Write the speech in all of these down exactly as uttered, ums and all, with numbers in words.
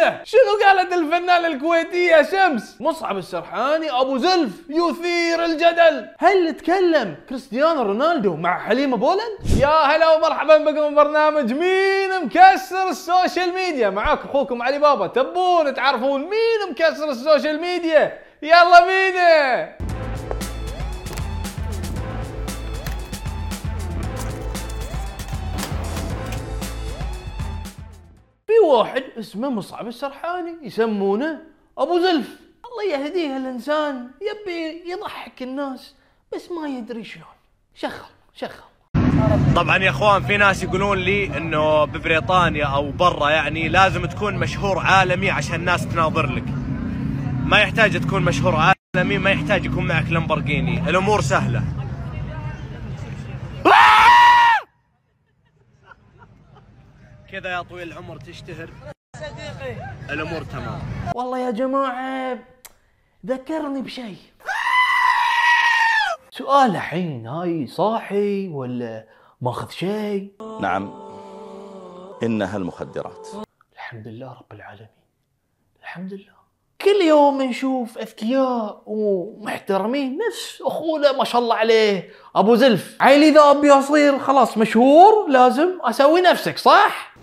له. شنو قالت الفنانة الكويتية شمس؟ مصعب السرحاني أبو زلف يثير الجدل. هل تكلم كريستيانو رونالدو مع حليمة بولند؟ يا هلا ومرحبا بكم برنامج مين مكسر السوشيال ميديا. معاك أخوكم علي بابا. تبون تعرفون مين مكسر السوشيال ميديا؟ يلا بينا. في واحد اسمه مصعب السرحاني يسمونه أبو زلف. الله يهديه الإنسان يبي يضحك الناس بس ما يدري شلون. شغل شغل. طبعا يا اخوان في ناس يقولون لي انه ببريطانيا او برا يعني لازم تكون مشهور عالمي عشان الناس تناظر لك. ما يحتاج تكون مشهور عالمي، ما يحتاج يكون معك لامبورجيني، الامور سهلة. كذا يا طويل العمر تشتهر صديقي، الامور تمام. والله يا جماعة ذكرني بشيء. سؤال الحين، هاي صاحي ولا ماخذ شيء؟ نعم، إنها المخدرات. الحمد لله رب العالمين، الحمد لله. كل يوم نشوف أذكياء ومحترمين نفس أخونا ما شاء الله عليه أبو زلف. عيلي إذا أبي أصير خلاص مشهور لازم أسوي نفسك، صح؟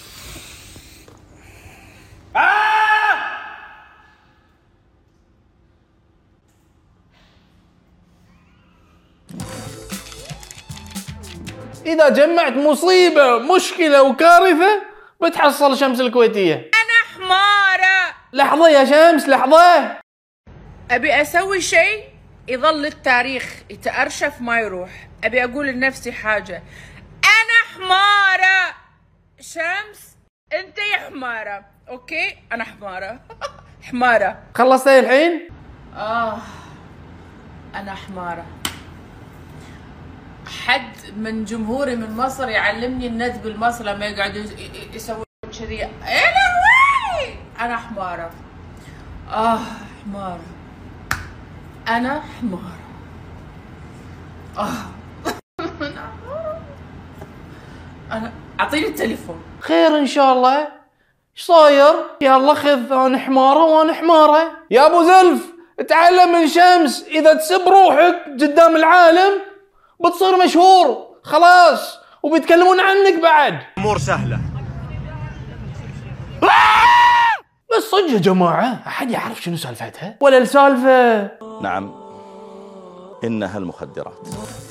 إذا جمعت مصيبة مشكلة وكارثة بتحصل شمس الكويتية. أنا حمارة. لحظة يا شمس، لحظة. أبي أسوي شيء يظل التاريخ يتأرشف ما يروح. أبي أقول لنفسي حاجة، أنا حمارة. شمس أنت يا حمارة، أوكي؟ أنا حمارة. حمارة. خلصتي الحين؟ آه أنا حمارة. حد من جمهوري من مصر يعلمني الندب المصري لما يقعدوا يسوون كذي. يا لهوي أنا حمارة. آه حمارة. أنا حمارة. آه أنا أعطيني التليفون. خير إن شاء الله. إيش صاير؟ يلا خذ، أنا حمارة وأنا حمارة. يا أبو زلف اتعلم من شمس، إذا تسب روحك قدام العالم بتصير مشهور خلاص وبيتكلمون عنك بعد. امور سهله. بس صدق يا جماعه احد يعرف شنو سالفتها ولا السالفه؟ نعم، إنها المخدرات.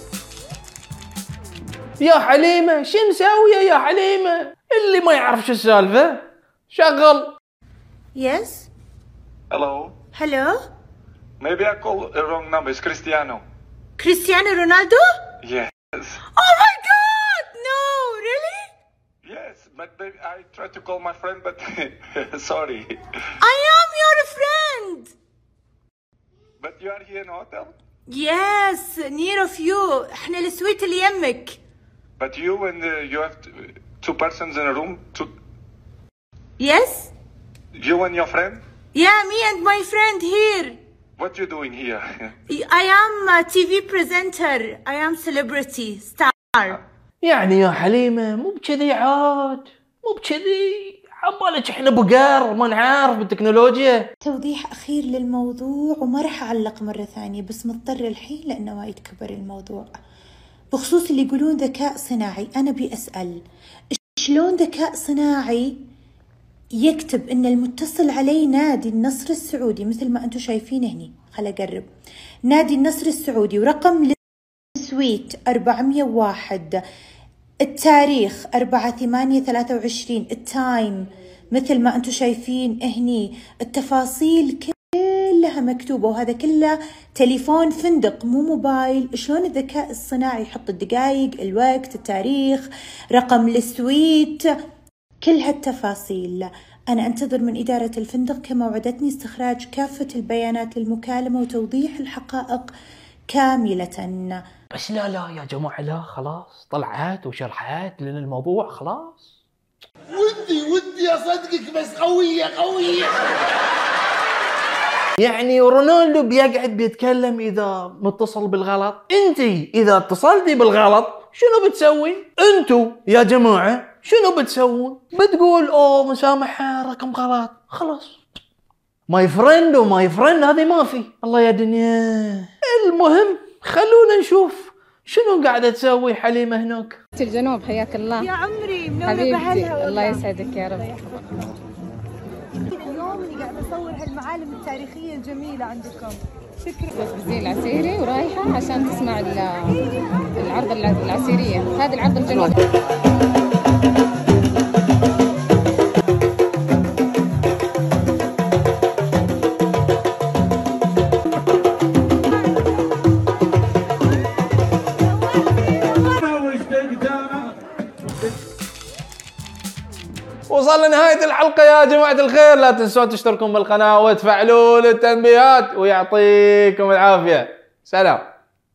يا حليمه شو مسويه يا حليمه؟ اللي ما يعرف شو السالفه شغل. Yes. Hello. Hello. Maybe I called the wrong number. It's Cristiano. Cristiano Ronaldo? Yes. Oh my God! No, really? Yes, but baby, I tried to call my friend, but sorry. I am your friend. But you are here in a hotel. Yes, near of you. احنا السويت اللي يمك. But you and uh, you have t- two persons in a room. Two. Yes. You and your friend. Yeah, me and my friend here. What you doing here? I am a T V presenter. I am celebrity star. يعني يا حليمه مو بكذي عاد، مو بكذي. عبالك احنا بقر ما نعرف بالتكنولوجيا. توضيح أخير للموضوع وما راح أعلق مرة ثانية، بس مضطر الحين لأنه وايد كبر الموضوع. بخصوص اللي يقولون ذكاء صناعي، أنا بأسأل شلون ذكاء صناعي يكتب إن المتصل عليه نادي النصر السعودي مثل ما أنتم شايفين هني. خل أقرب. نادي النصر السعودي ورقم السويت أربعمية وواحد، التاريخ أربعة ثمانية ثلاثة وعشرين، التايم مثل ما أنتم شايفين هني، التفاصيل كلها مكتوبة، وهذا كله تليفون فندق مو موبايل. شلون الذكاء الصناعي يحط الدقائق، الوقت، التاريخ، رقم السويت، كل هالتفاصيل. أنا أنتظر من إدارة الفندق كما وعدتني استخراج كافة البيانات للمكالمة وتوضيح الحقائق كاملة. بس لا لا يا جماعه لا، خلاص طلعت وشرحت لنا الموضوع خلاص. ودي ودي اصدقك بس قويه قويه. يعني رونالدو بيقعد بيتكلم اذا متصل بالغلط. انتي اذا اتصلتي بالغلط شنو بتسوي؟ انتو يا جماعه شنو بتسوون؟ بتقول اوه مسامحة رقم غلط، خلاص ماي فريند وماي فريند هذه ما في. الله يا دنيا. المهم خلونا نشوف شنو قاعدة تسوي حليمة هناك. الجنوب حياك الله يا عمري منورة حبيبتي، بأهلها. الله يسعدك يا رب. اليوم اللي قاعدة أصور هالمعالم التاريخية الجميلة عندكم. شكرا. بس بزين العسيري ورايحة عشان تسمع العرض العسيرية. هذا العرض الجنوبي. وصلنا لنهاية الحلقة يا جماعة الخير، لا تنسون تشتركون بالقناة وتفعلون التنبيهات، ويعطيكم العافية. سلام.